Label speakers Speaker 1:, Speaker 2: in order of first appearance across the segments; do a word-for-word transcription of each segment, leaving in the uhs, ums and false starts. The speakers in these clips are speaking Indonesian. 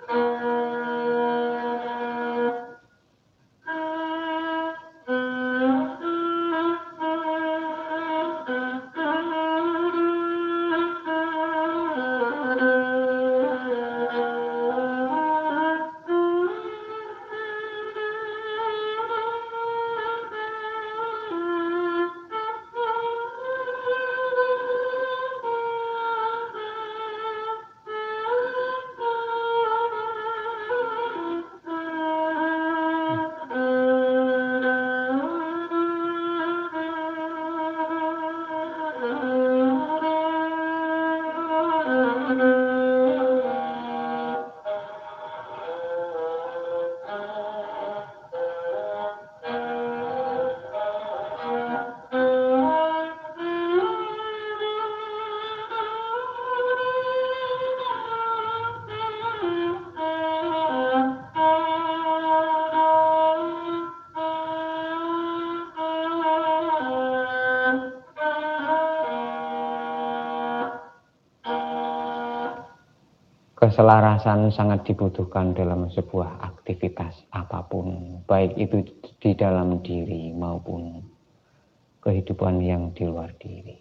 Speaker 1: Keselarasan sangat dibutuhkan dalam sebuah aktivitas apapun, baik itu di dalam diri maupun kehidupan yang di luar diri.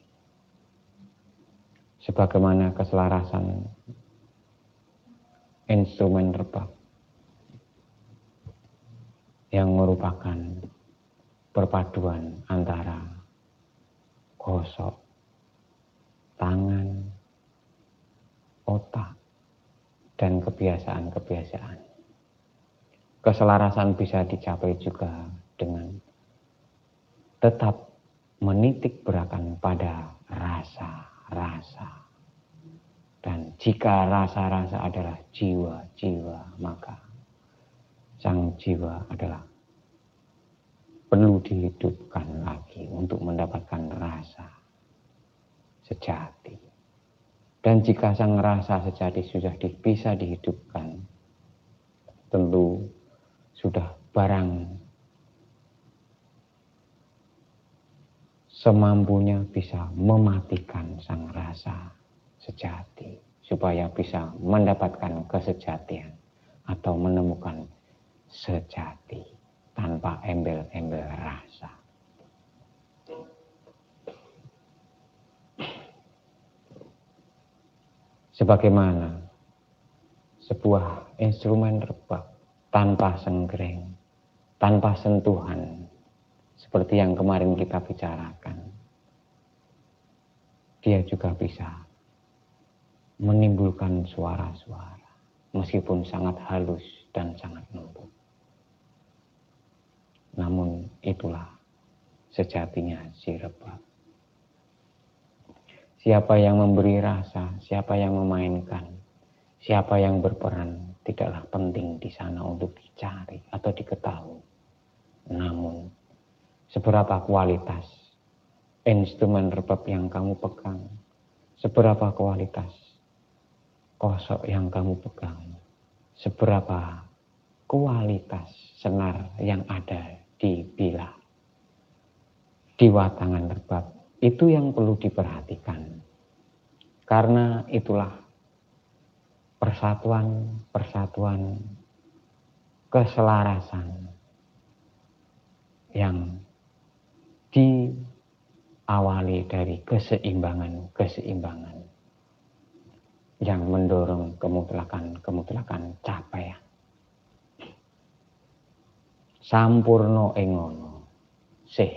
Speaker 1: Sebagaimana keselarasan instrumen rebab yang merupakan perpaduan antara gosok, tangan, otak, dan kebiasaan-kebiasaan. Keselarasan bisa dicapai juga dengan tetap menitik beratkan pada rasa-rasa. Dan jika rasa-rasa adalah jiwa-jiwa, maka sang jiwa adalah perlu dihidupkan lagi untuk mendapatkan rasa sejati. Dan jika sang rasa sejati sudah di, bisa dihidupkan, tentu sudah barang semampunya bisa mematikan sang rasa sejati, supaya bisa mendapatkan kesejatian atau menemukan sejati tanpa embel-embel rasa. Sebagaimana sebuah instrumen rebab tanpa senggreng, tanpa sentuhan, seperti yang kemarin kita bicarakan, dia juga bisa menimbulkan suara-suara, meskipun sangat halus dan sangat lembut. Namun itulah sejatinya si rebab. Siapa yang memberi rasa, siapa yang memainkan, siapa yang berperan, tidaklah penting di sana untuk dicari atau diketahui. Namun, seberapa kualitas instrumen rebab yang kamu pegang, seberapa kualitas kosok yang kamu pegang, seberapa kualitas senar yang ada di bilah, di watangan rebab, itu yang perlu diperhatikan. Karena itulah persatuan-persatuan keselarasan yang diawali dari keseimbangan-keseimbangan yang mendorong kemutlakan-kemutlakan capaian. Sampurno ing ngono sih,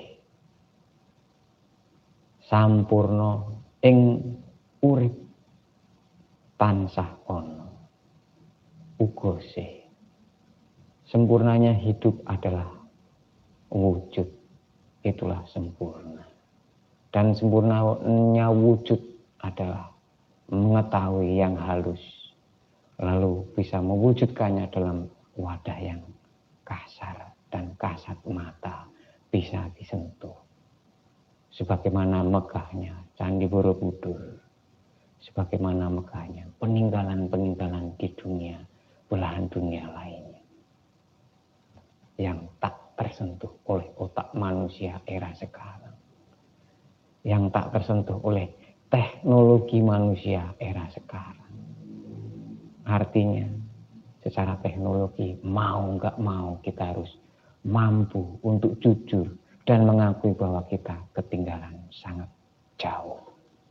Speaker 1: sampurno ing urip tansah ono uga sih. Sempurnanya hidup adalah wujud, itulah sempurna. Dan sempurnanya wujud adalah mengetahui yang halus, lalu bisa mewujudkannya dalam wadah yang kasar dan kasat mata bisa disentuh. Sebagaimana megahnya Candi Borobudur, sebagaimana megahnya peninggalan-peninggalan di dunia, belahan dunia lainnya, yang tak tersentuh oleh otak manusia era sekarang, yang tak tersentuh oleh teknologi manusia era sekarang. Artinya, secara teknologi, mau nggak mau kita harus mampu untuk jujur dan mengakui bahwa kita ketinggalan sangat jauh.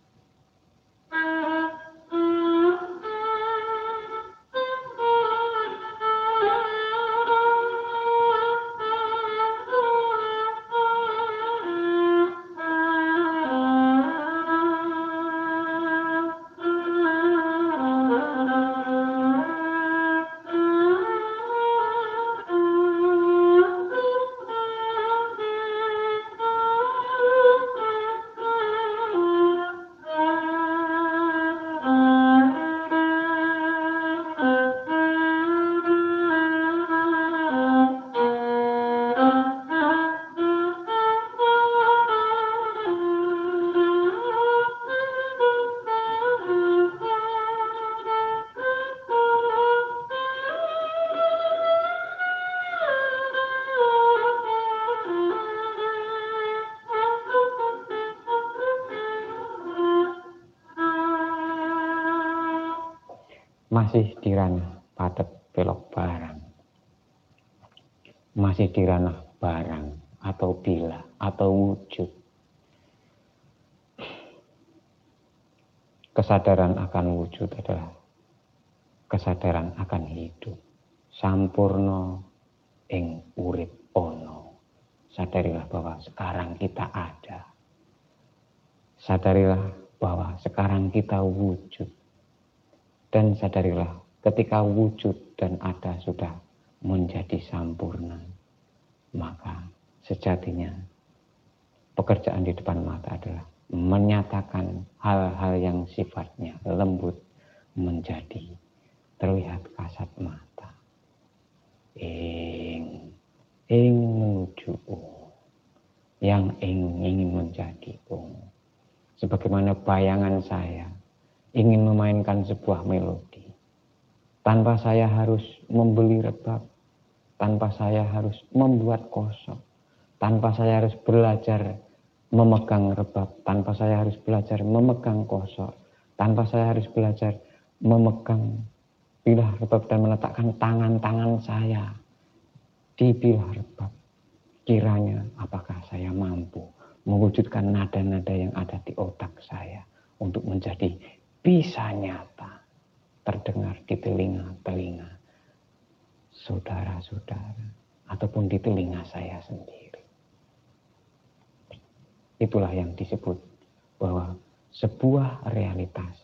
Speaker 1: Masih di ranah padet belok barang, masih di ranah barang atau bila atau wujud. Kesadaran akan wujud adalah kesadaran akan hidup. Sampurno ing urip ono. Sadarilah bahwa sekarang kita ada. Sadarilah bahwa sekarang kita wujud. Dan sadarilah ketika wujud dan ada sudah menjadi sampurna, maka sejatinya pekerjaan di depan mata adalah menyatakan hal-hal yang sifatnya lembut menjadi terlihat kasat mata. Ing, ing menuju ung, yang ing ingin menjadi ung. Sebagaimana bayangan saya ingin memainkan sebuah melodi. Tanpa saya harus membeli rebab, tanpa saya harus membuat kosong, tanpa saya harus belajar memegang rebab, tanpa saya harus belajar memegang kosong, tanpa saya harus belajar memegang bilah rebab dan meletakkan tangan-tangan saya di bilah rebab. Kiranya apakah saya mampu mewujudkan nada-nada yang ada di otak saya untuk menjadi bisa nyata terdengar di telinga-telinga saudara-saudara ataupun di telinga saya sendiri. Itulah yang disebut bahwa sebuah realitas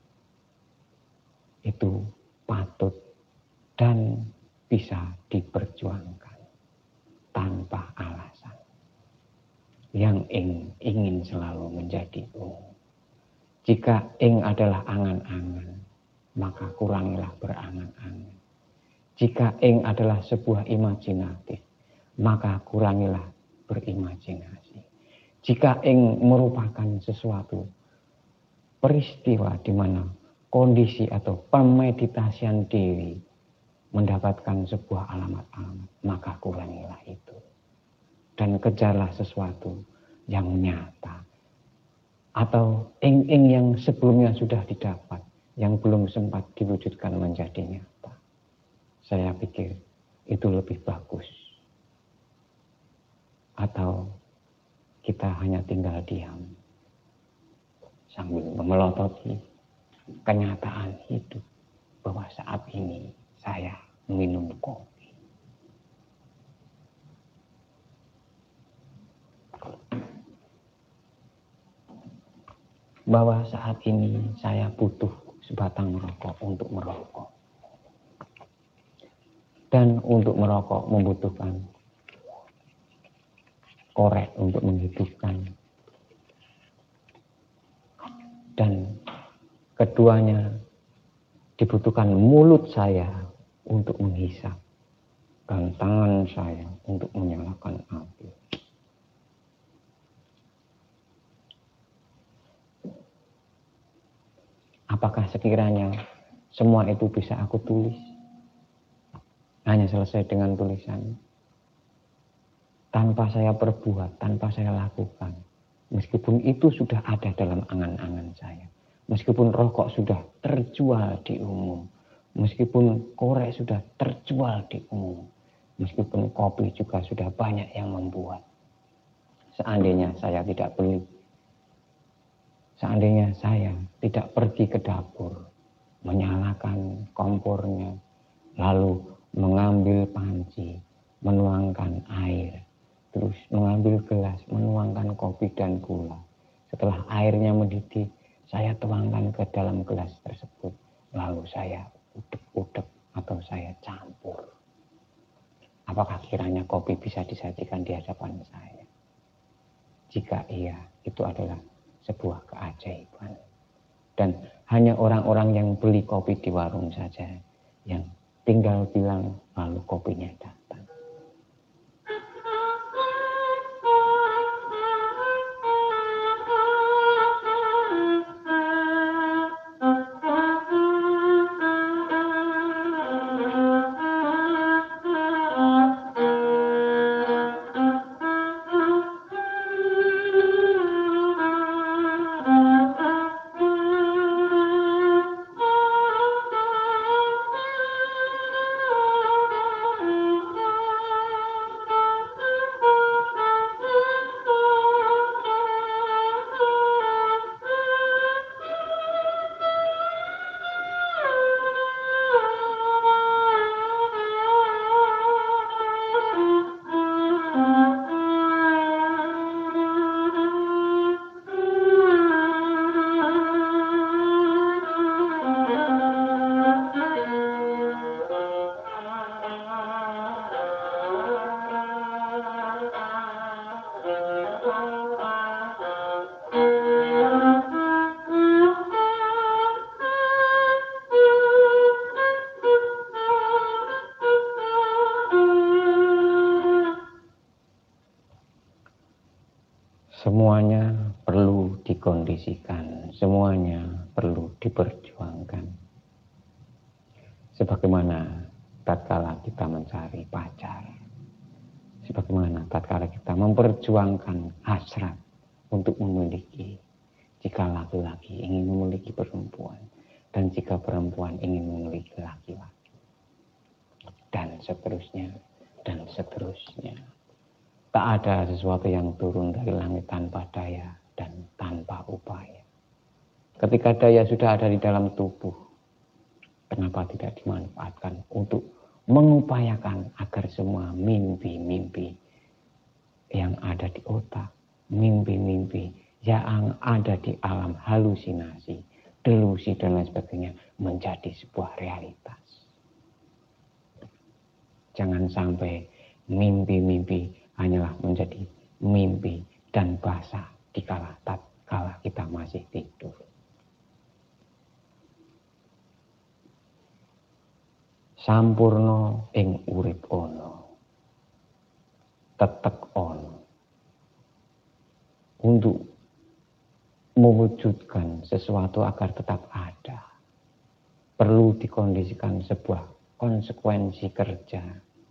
Speaker 1: itu patut dan bisa diperjuangkan tanpa alasan. Yang ing ingin selalu menjadi ung. Jika ing adalah angan-angan, maka kurangilah berangan-angan. Jika ing adalah sebuah imajinatif, maka kurangilah berimajinasi. Jika ing merupakan sesuatu peristiwa di mana kondisi atau pemeditasian diri mendapatkan sebuah alamat-alamat, maka kurangilah itu. Dan kejarlah sesuatu yang nyata. Atau ing-ing yang sebelumnya sudah didapat, yang belum sempat diwujudkan menjadi nyata. Saya pikir itu lebih bagus. Atau kita hanya tinggal diam sambil memelototi kenyataan hidup bahwa saat ini saya minum kopi. Bahwa saat ini saya butuh sebatang rokok untuk merokok. Dan untuk merokok membutuhkan korek untuk menghidupkan. Dan keduanya dibutuhkan mulut saya untuk menghisap. Dan tangan saya untuk menyalakan api. Apakah sekiranya semua itu bisa aku tulis? Hanya selesai dengan tulisan. Tanpa saya perbuat, tanpa saya lakukan. Meskipun itu sudah ada dalam angan-angan saya. Meskipun rokok sudah terjual di umum. Meskipun korek sudah terjual di umum, meskipun kopi juga sudah banyak yang membuat. Seandainya saya tidak beli, seandainya saya tidak pergi ke dapur, menyalakan kompornya, lalu mengambil panci, menuangkan air, terus mengambil gelas, menuangkan kopi dan gula. Setelah airnya mendidih, saya tuangkan ke dalam gelas tersebut, lalu saya udek-udek atau saya campur. Apakah kiranya kopi bisa disajikan di hadapan saya? Jika iya, itu adalah sebuah keajaiban. Dan hanya orang-orang yang beli kopi di warung saja yang tinggal bilang lalu kopinya datang. Semuanya perlu dikondisikan, semuanya perlu diperjuangkan. Sebagaimana tatkala kita mencari pacar, sebagaimana tatkala kita memperjuangkan hasrat untuk memiliki, jika laki-laki ingin memiliki perempuan, dan jika perempuan ingin memiliki laki-laki, dan seterusnya, dan seterusnya. Tak ada sesuatu yang turun dari langit tanpa daya dan tanpa upaya. Ketika daya sudah ada di dalam tubuh, kenapa tidak dimanfaatkan untuk mengupayakan agar semua mimpi-mimpi yang ada di otak, mimpi-mimpi yang ada di alam halusinasi, delusi dan lain sebagainya menjadi sebuah realitas. Jangan sampai mimpi-mimpi hanyalah menjadi mimpi dan basah dikala tatkala kita masih tidur. Sampurno ing urip ono, tetek ono. Untuk mewujudkan sesuatu agar tetap ada, perlu dikondisikan sebuah konsekuensi kerja,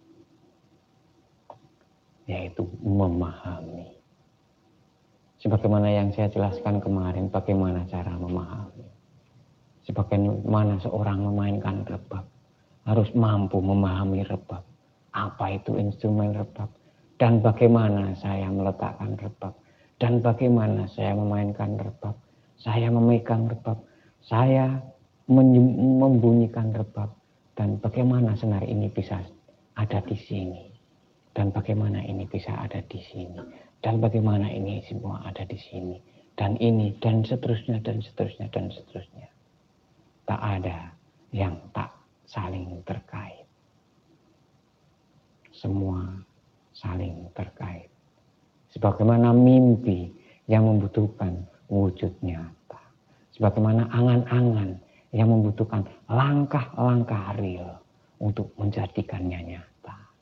Speaker 1: yaitu memahami. Sebagaimana yang saya jelaskan kemarin, bagaimana cara memahami. Sebagaimana seorang memainkan rebab, harus mampu memahami rebab. Apa itu instrumen rebab? Dan bagaimana saya meletakkan rebab? Dan bagaimana saya memainkan rebab? Saya memegang rebab. Saya membunyikan rebab. Dan bagaimana senar ini bisa ada di sini? Dan bagaimana ini bisa ada di sini, dan bagaimana ini semua ada di sini, dan ini, dan seterusnya, dan seterusnya, dan seterusnya. Tak ada yang tak saling terkait. Semua saling terkait. Sebagaimana mimpi yang membutuhkan wujud nyata. Sebagaimana angan-angan yang membutuhkan langkah-langkah real untuk menjadikannya nyata.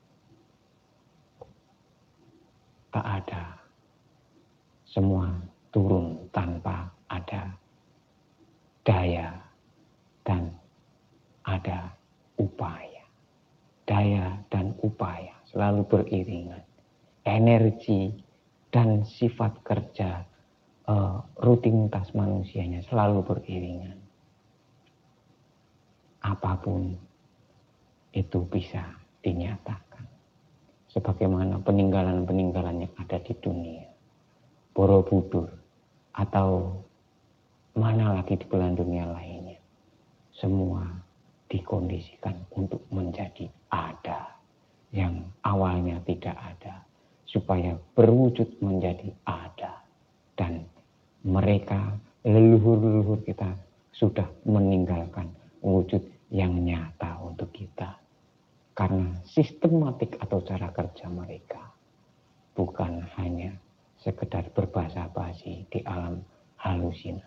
Speaker 1: Tak ada, semua turun tanpa ada daya dan ada upaya. Daya dan upaya selalu beriringan. Energi dan sifat kerja uh, rutinitas manusianya selalu beriringan. apapun itu bisa dinyatakan. Sebagaimana peninggalan-peninggalan yang ada di dunia. Borobudur atau mana lagi di belahan dunia lainnya. Semua dikondisikan untuk menjadi ada. Yang awalnya tidak ada. Supaya berwujud menjadi ada. Dan mereka, leluhur-leluhur kita sudah meninggalkan wujud yang nyata untuk kita. Karena sistematik atau cara kerja mereka bukan hanya sekedar berbahasa basi di alam halusinasi.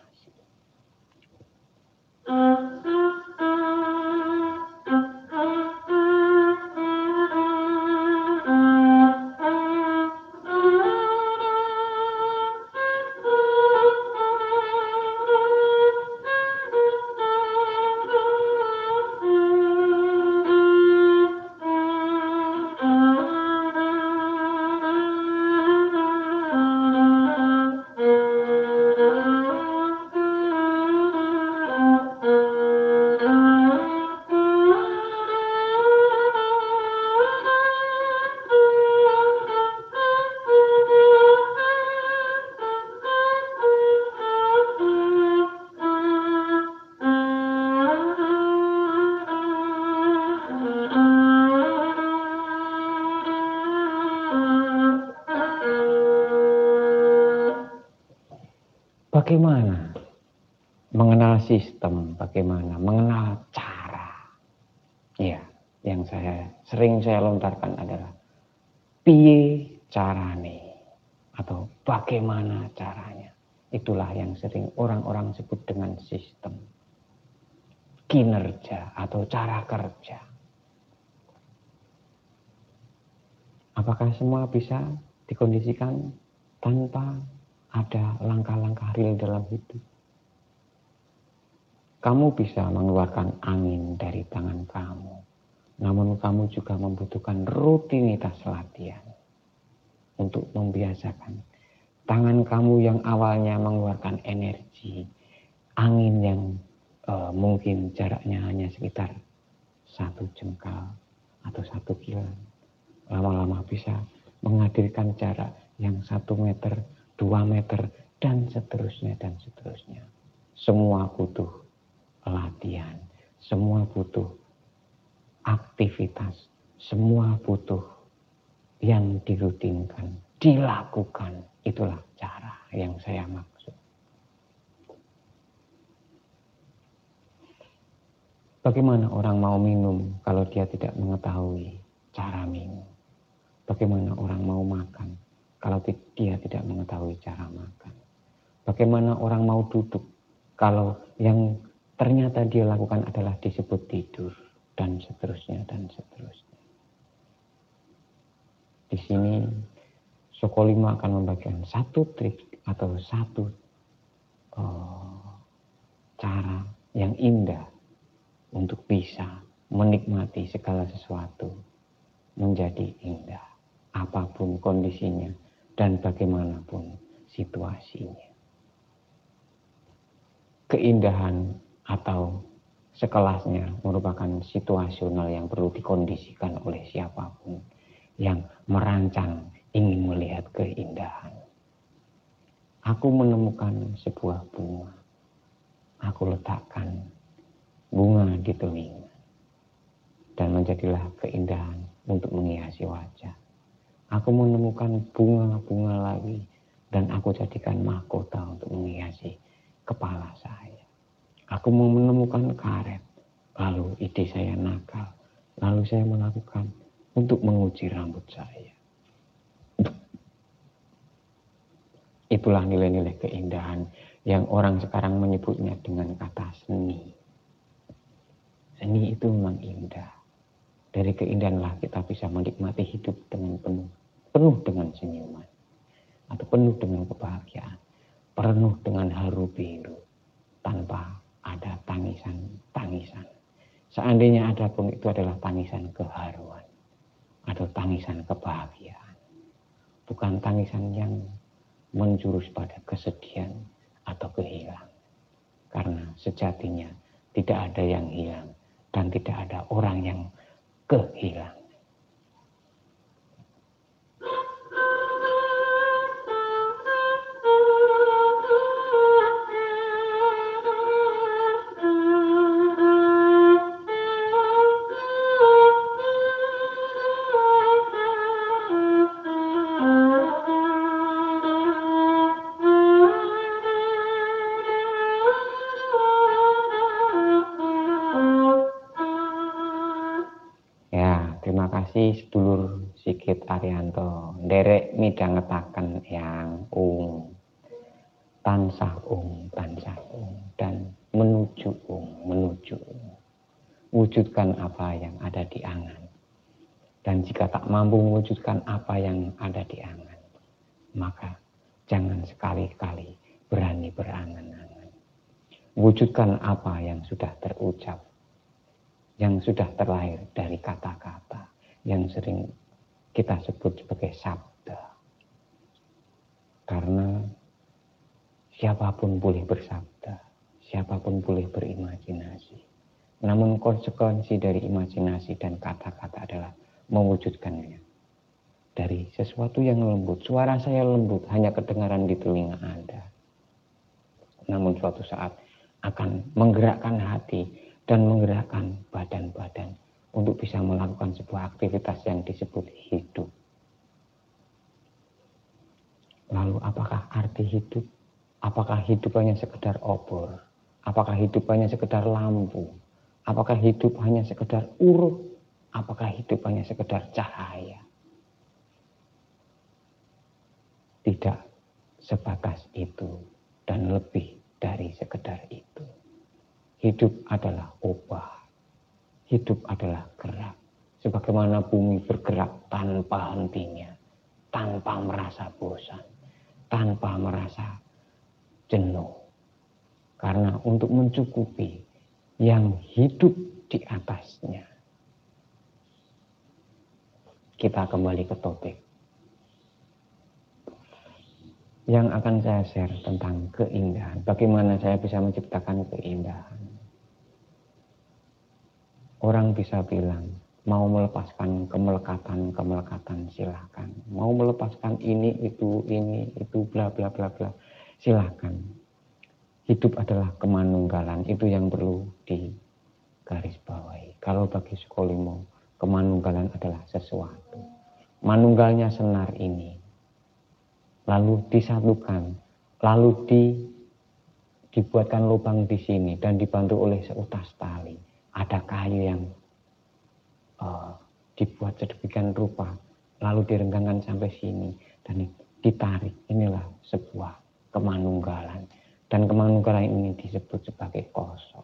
Speaker 1: Bagaimana mengenal sistem, bagaimana mengenal cara. Ya, yang saya sering saya lontarkan adalah piye carane atau bagaimana caranya. Itulah yang sering orang-orang sebut dengan sistem. Kinerja atau cara kerja. Apakah semua bisa dikondisikan tanpa ada langkah-langkah real dalam hidup? Kamu bisa mengeluarkan angin dari tangan kamu. Namun kamu juga membutuhkan rutinitas latihan. Untuk membiasakan tangan kamu yang awalnya mengeluarkan energi. Angin yang uh, mungkin jaraknya hanya sekitar satu jengkal atau satu kilan. Lama-lama bisa menghadirkan jarak yang satu meter, dua meter, dan seterusnya, dan seterusnya. Semua butuh latihan, semua butuh aktivitas, semua butuh yang dirutinkan, dilakukan. Itulah cara yang saya maksud. Bagaimana orang mau minum kalau dia tidak mengetahui cara minum? Bagaimana orang mau makan kalau dia tidak mengetahui cara makan? Bagaimana orang mau duduk kalau yang ternyata dia lakukan adalah disebut tidur, dan seterusnya, dan seterusnya. Di sini Sokolima akan membagikan satu trik atau satu uh, cara yang indah untuk bisa menikmati segala sesuatu menjadi indah. Apapun kondisinya dan bagaimanapun situasinya. Keindahan atau sekelasnya merupakan situasional yang perlu dikondisikan oleh siapapun yang merancang ingin melihat keindahan. Aku menemukan sebuah bunga. Aku letakkan bunga di telinga. Dan menjadilah keindahan untuk menghiasi wajah. Aku menemukan bunga-bunga lagi dan aku jadikan mahkota untuk menghiasi kepala saya. Aku menemukan karet, lalu ide saya nakal, lalu saya melakukan untuk menguji rambut saya. Itulah nilai-nilai keindahan yang orang sekarang menyebutnya dengan kata seni. Seni itu memang indah. Dari keindahanlah kita bisa menikmati hidup dengan penuh. Penuh dengan senyuman. Atau penuh dengan kebahagiaan. Penuh dengan haru biru. Tanpa ada tangisan-tangisan. Seandainya ada pun itu adalah tangisan keharuan. Atau tangisan kebahagiaan. Bukan tangisan yang menjurus pada kesedihan atau kehilangan. Karena sejatinya tidak ada yang hilang. dan tidak ada orang yang kehilangan. Terima kasih sedulur Sigit Arianto nderek midhangetaken yang ung tansah ung tansah ung dan menuju ung menuju ung. Wujudkan apa yang ada di angan, dan jika tak mampu mewujudkan apa yang ada di angan, maka jangan sekali-kali berani berangan-angan. Wujudkan apa yang sudah terucap, yang sudah terlahir dari kata-kata yang sering kita sebut sebagai sabda. Karena siapapun boleh bersabda, siapapun boleh berimajinasi. Namun konsekuensi dari imajinasi dan kata-kata adalah mewujudkannya. Dari sesuatu yang lembut, suara saya lembut hanya kedengaran di telinga Anda. Namun suatu saat akan menggerakkan hati dan menggerakkan badan-badan untuk bisa melakukan sebuah aktivitas yang disebut hidup. Lalu apakah arti hidup? Apakah hidup hanya sekedar obor? Apakah hidup hanya sekedar lampu? Apakah hidup hanya sekedar urut? Apakah hidup hanya sekedar cahaya? Tidak sebatas itu dan lebih dari sekedar itu. Hidup adalah obah. Hidup adalah gerak. Sebagaimana bumi bergerak tanpa hentinya, tanpa merasa bosan, tanpa merasa jenuh. Karena untuk mencukupi yang hidup di atasnya. Kita kembali ke topik yang akan saya share tentang keindahan. Bagaimana saya bisa menciptakan keindahan. Orang bisa bilang, mau melepaskan kemelekatan-kemelekatan silahkan. Mau melepaskan ini, itu, ini, itu, bla bla bla bla. Silahkan. Hidup adalah kemanunggalan. Itu yang perlu digarisbawahi. Kalau bagi Sukolimo, kemanunggalan adalah sesuatu. Manunggalnya senar ini. Lalu disatukan. Lalu di, dibuatkan lubang di sini dan dibantu oleh seutas tali. Ada kayu yang uh, dibuat sedemikian rupa, lalu direnggangkan sampai sini dan ditarik. Inilah sebuah kemanunggalan, dan kemanunggalan ini disebut sebagai kosok.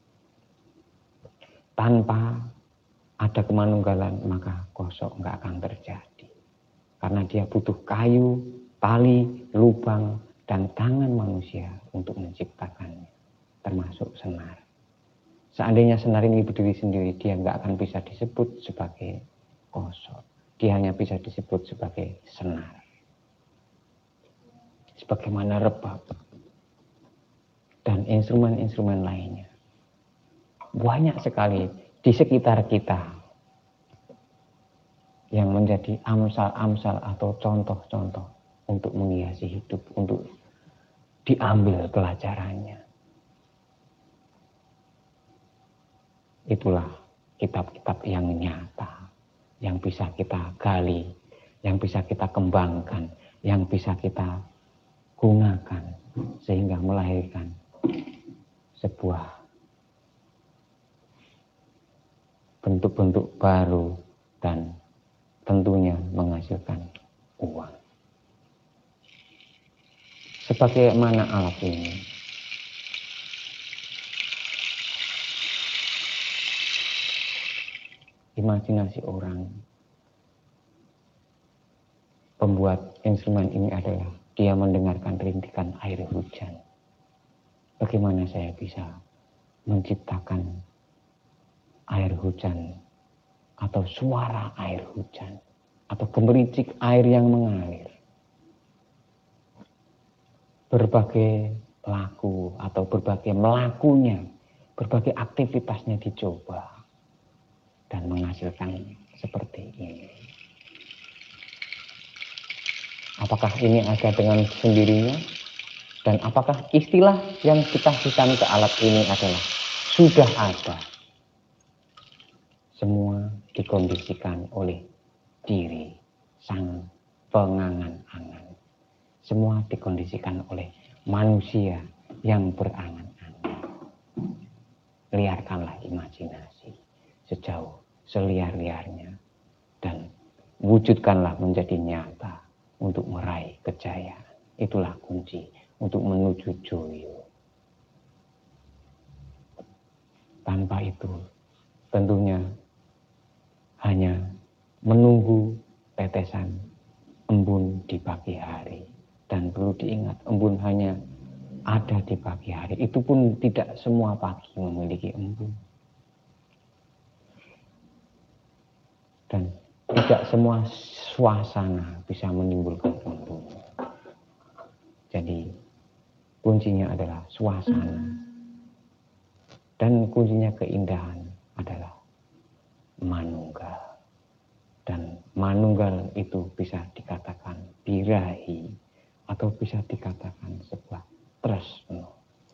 Speaker 1: Tanpa ada kemanunggalan, maka kosok nggak akan terjadi, karena dia butuh kayu, tali, lubang, dan tangan manusia untuk menciptakannya, termasuk senar. Seandainya senar ini berdiri sendiri, dia nggak akan bisa disebut sebagai kosok. Dia hanya bisa disebut sebagai senar. Sebagaimana rebab dan instrumen-instrumen lainnya. Banyak sekali di sekitar kita yang menjadi amsal-amsal atau contoh-contoh untuk menghiasi hidup, untuk diambil pelajarannya. Itulah kitab-kitab yang nyata, yang bisa kita gali, yang bisa kita kembangkan, yang bisa kita gunakan, sehingga melahirkan sebuah bentuk-bentuk baru dan tentunya menghasilkan uang. Sebagaimana alat ini? Imajinasi orang pembuat instrumen ini adalah dia mendengarkan rintikan air hujan. Bagaimana saya bisa menciptakan air hujan atau suara air hujan atau gemericik air yang mengalir? Berbagai laku atau berbagai melakunya, berbagai aktivitasnya dicoba. dan menghasilkan seperti ini. Apakah ini ada dengan sendirinya? Dan apakah istilah yang kita berikan ke alat ini adalah sudah ada? Semua dikondisikan oleh diri sang pengangan-angan. Semua dikondisikan oleh manusia yang berangan-angan. Liarkanlah imajinasi sejauh seliar-liarnya dan wujudkanlah menjadi nyata untuk meraih kejayaan. Itulah kunci untuk menuju joyo. Tanpa itu tentunya hanya menunggu tetesan embun di pagi hari. Dan perlu diingat, embun hanya ada di pagi hari. Itu pun tidak semua pagi memiliki embun. Dan tidak semua suasana bisa menimbulkan embun. Jadi kuncinya adalah suasana. Dan kuncinya keindahan adalah manunggal. Dan manunggal itu bisa dikatakan birahi atau bisa dikatakan sebuah tresno.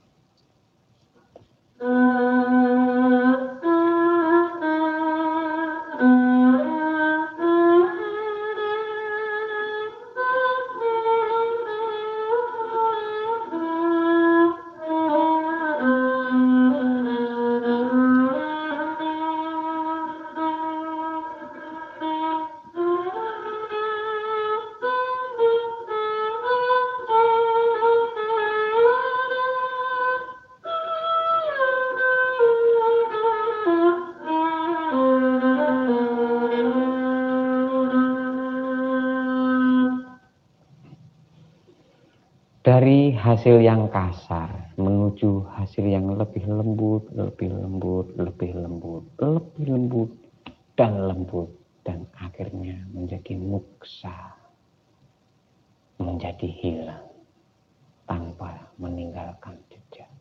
Speaker 1: Dari hasil yang kasar menuju hasil yang lebih lembut, lebih lembut, lebih lembut, lebih lembut, dan lembut. Dan akhirnya menjadi muksa, menjadi hilang tanpa meninggalkan jejak.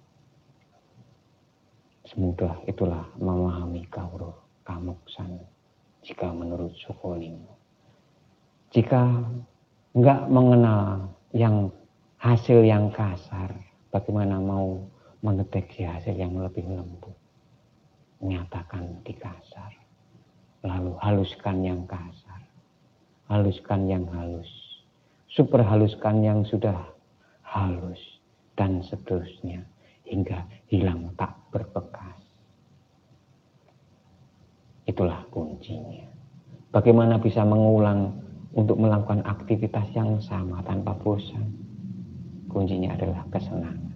Speaker 1: Semudah itulah memahami Kawruh Kamuksan jika menurut Sukolimo. Jika enggak mengenal yang hasil yang kasar, bagaimana mau mendeteksi hasil yang lebih lembut? Nyatakan di kasar, lalu haluskan yang kasar, haluskan yang halus, super haluskan yang sudah halus, dan seterusnya hingga hilang tak berbekas. Itulah kuncinya. Bagaimana bisa mengulang untuk melakukan aktivitas yang sama tanpa bosan? Kuncinya adalah kesenangan.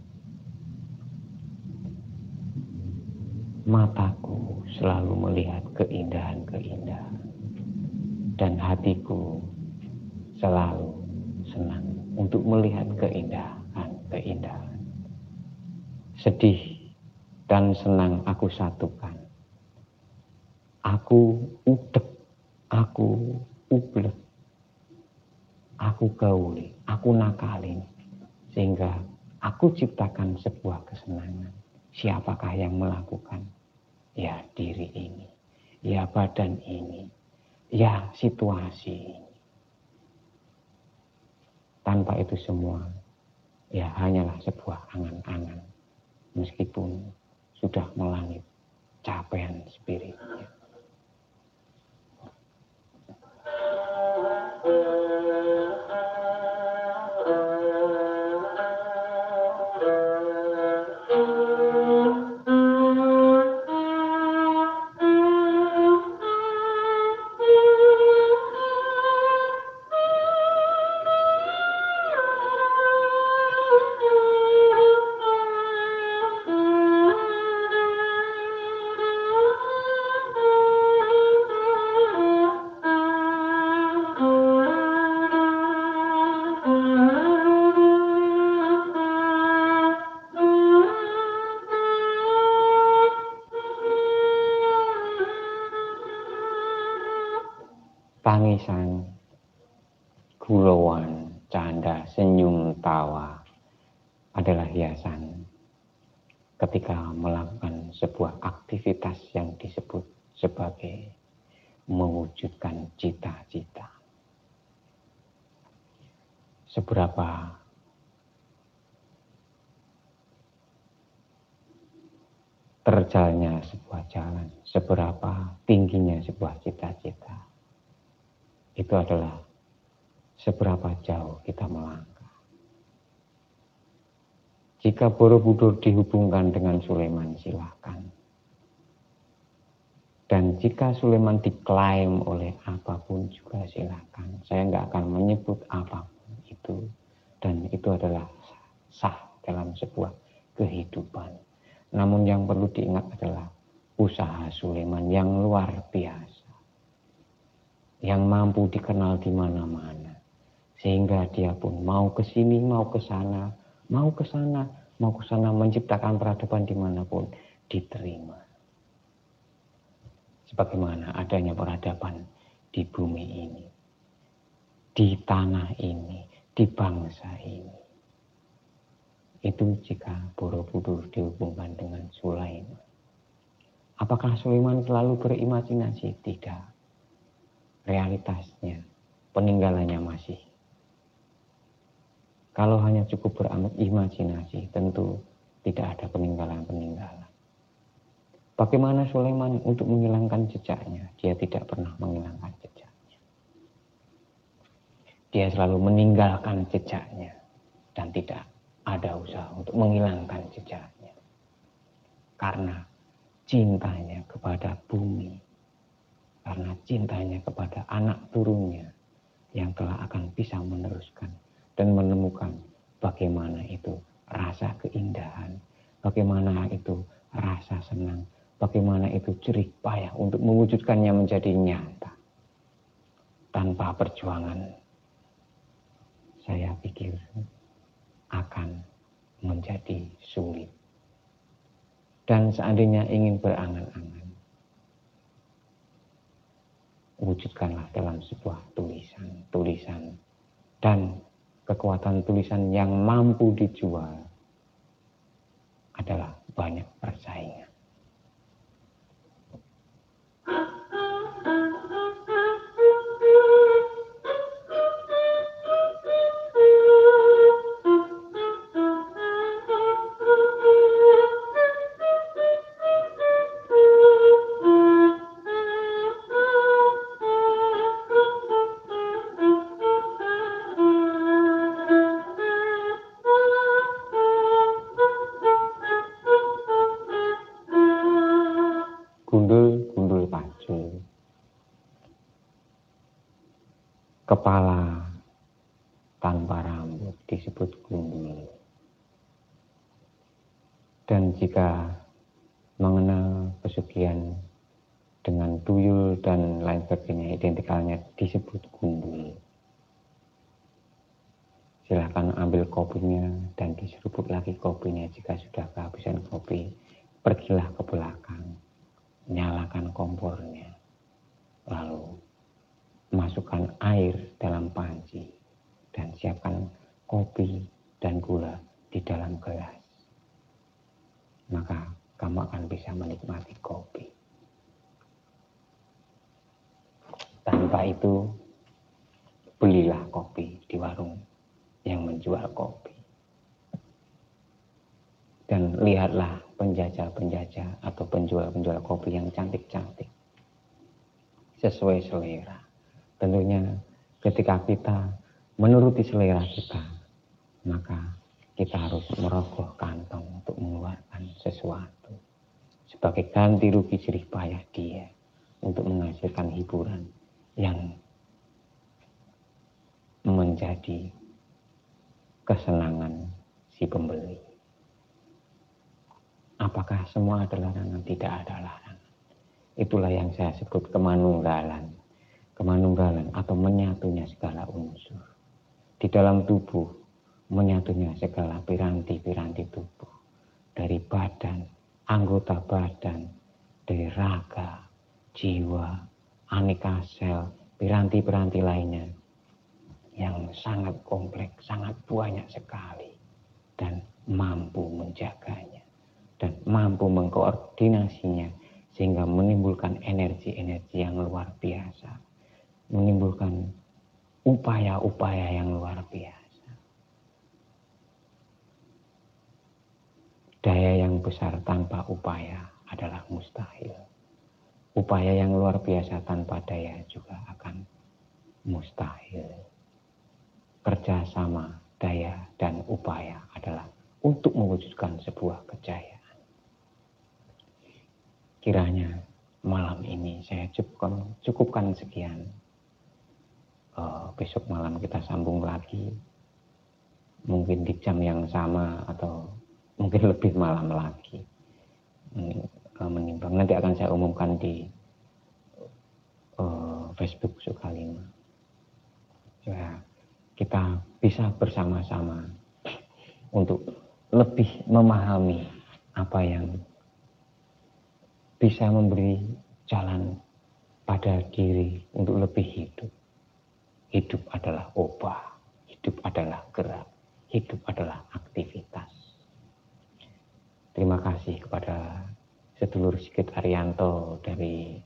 Speaker 1: Mataku selalu melihat keindahan-keindahan. Dan hatiku selalu senang untuk melihat keindahan-keindahan. Sedih dan senang aku satukan. Aku udek, aku ublek, aku gauli, aku nakalin. Sehingga aku ciptakan sebuah kesenangan. Siapakah yang melakukan? Ya diri ini, ya badan ini, ya situasi ini. Tanpa itu semua, ya hanyalah sebuah angan-angan. Meskipun sudah melangit capaian spiritnya. Tangisan, gurauan, canda, senyum, tawa adalah hiasan ketika melakukan sebuah aktivitas yang disebut sebagai mewujudkan cita-cita. Seberapa terjalnya sebuah jalan, seberapa tingginya sebuah cita-cita, itu adalah seberapa jauh kita melangkah. Jika Borobudur dihubungkan dengan Sulaiman, silakan. Dan jika Sulaiman diklaim oleh apapun juga silakan. Saya nggak akan menyebut apapun itu. Dan itu adalah sah dalam sebuah kehidupan. Namun yang perlu diingat adalah usaha Sulaiman yang luar biasa. Yang mampu dikenal di mana-mana. Sehingga dia pun mau ke sini, mau ke sana, mau ke sana, mau ke sana, menciptakan peradaban dimanapun diterima. Sebagaimana adanya peradaban di bumi ini, di tanah ini, di bangsa ini. Itu jika Borobudur dihubungkan dengan Sulaiman. Apakah Sulaiman selalu berimajinasi? Tidak. Realitasnya, peninggalannya masih. Kalau hanya cukup berimajinasi, tentu tidak ada peninggalan-peninggalan. Bagaimana Sulaiman untuk menghilangkan jejaknya? Dia tidak pernah menghilangkan jejaknya. Dia selalu meninggalkan jejaknya dan tidak ada usaha untuk menghilangkan jejaknya. Karena cintanya kepada bumi, karena cintanya kepada anak turunnya yang telah akan bisa meneruskan dan menemukan bagaimana itu rasa keindahan, bagaimana itu rasa senang, bagaimana itu jerih payah untuk mewujudkannya menjadi nyata. Tanpa perjuangan, saya pikir akan menjadi sulit. Dan seandainya ingin berangan-angan, wujudkanlah dalam sebuah tulisan, tulisan dan kekuatan tulisan yang mampu dijual adalah banyak persaingan. Gundul-gundul pacu, kepala tanpa rambut disebut gundul. Dan jika mengenal pesugihan dengan tuyul dan lain sebagainya, identikalnya disebut gundul. Silahkan ambil kopinya dan diseruput lagi kopinya. Jika sudah kehabisan kopi, pergilah ke belakang, nyalakan kompornya, lalu masukkan air dalam panci dan siapkan kopi dan gula di dalam gelas. Maka kamu akan bisa menikmati kopi. Tanpa itu, belilah kopi di warung yang menjual kopi. Dan lihatlah penjajah-penjajah atau penjual-penjual kopi yang cantik-cantik. Sesuai selera. Tentunya ketika kita menuruti selera kita, maka kita harus merogoh kantong untuk mengeluarkan sesuatu. Sebagai ganti rugi jerih payah dia untuk menghasilkan hiburan yang menjadi kesenangan si pembeli. Apakah semua ada larangan? Tidak ada larangan. Itulah yang saya sebut kemanunggalan. Kemanunggalan atau menyatunya segala unsur. Di dalam tubuh, menyatunya segala piranti-piranti tubuh. Dari badan, anggota badan, dari raga, jiwa, aneka sel, piranti-piranti lainnya. Yang sangat kompleks, sangat banyak sekali. Dan mampu menjaganya. Dan mampu mengkoordinasinya sehingga menimbulkan energi-energi yang luar biasa, menimbulkan upaya-upaya yang luar biasa. Daya yang besar tanpa upaya adalah mustahil. Upaya yang luar biasa tanpa daya juga akan mustahil. Kerjasama daya dan upaya adalah untuk mewujudkan sebuah kejayaan. Kiranya malam ini saya cukupkan, cukupkan sekian. Uh, besok malam kita sambung lagi. Mungkin di jam yang sama atau mungkin lebih malam lagi. Uh, menimbang. Nanti akan saya umumkan di uh, Facebook Sukalima. Ya, kita bisa bersama-sama untuk lebih memahami apa yang bisa memberi jalan pada diri untuk lebih hidup. Hidup adalah obah, hidup adalah gerak, hidup adalah aktivitas. Terima kasih kepada sedulur Sigit Arianto dari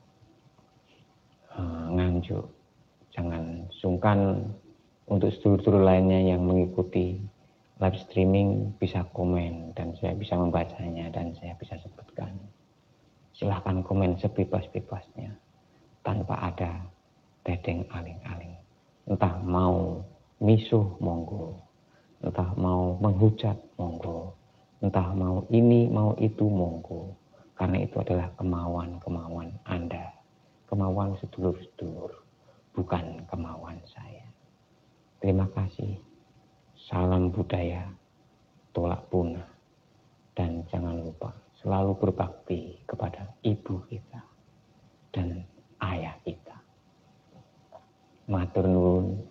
Speaker 1: uh, Nganjuk. Jangan sungkan untuk sedulur-sedulur lainnya yang mengikuti live streaming bisa komen dan saya bisa membacanya dan saya bisa sebutkan. Silahkan komen sebebas-bebasnya tanpa ada tedeng aling-aling. Entah mau misuh monggo, entah mau menghujat monggo, entah mau ini mau itu monggo. Karena itu adalah kemauan-kemauan Anda, kemauan sedulur-sedulur, bukan kemauan saya. Terima kasih. Salam budaya, tolak punah, dan jangan lupa selalu berbakti kepada ibu kita dan ayah kita. Matur nuwun,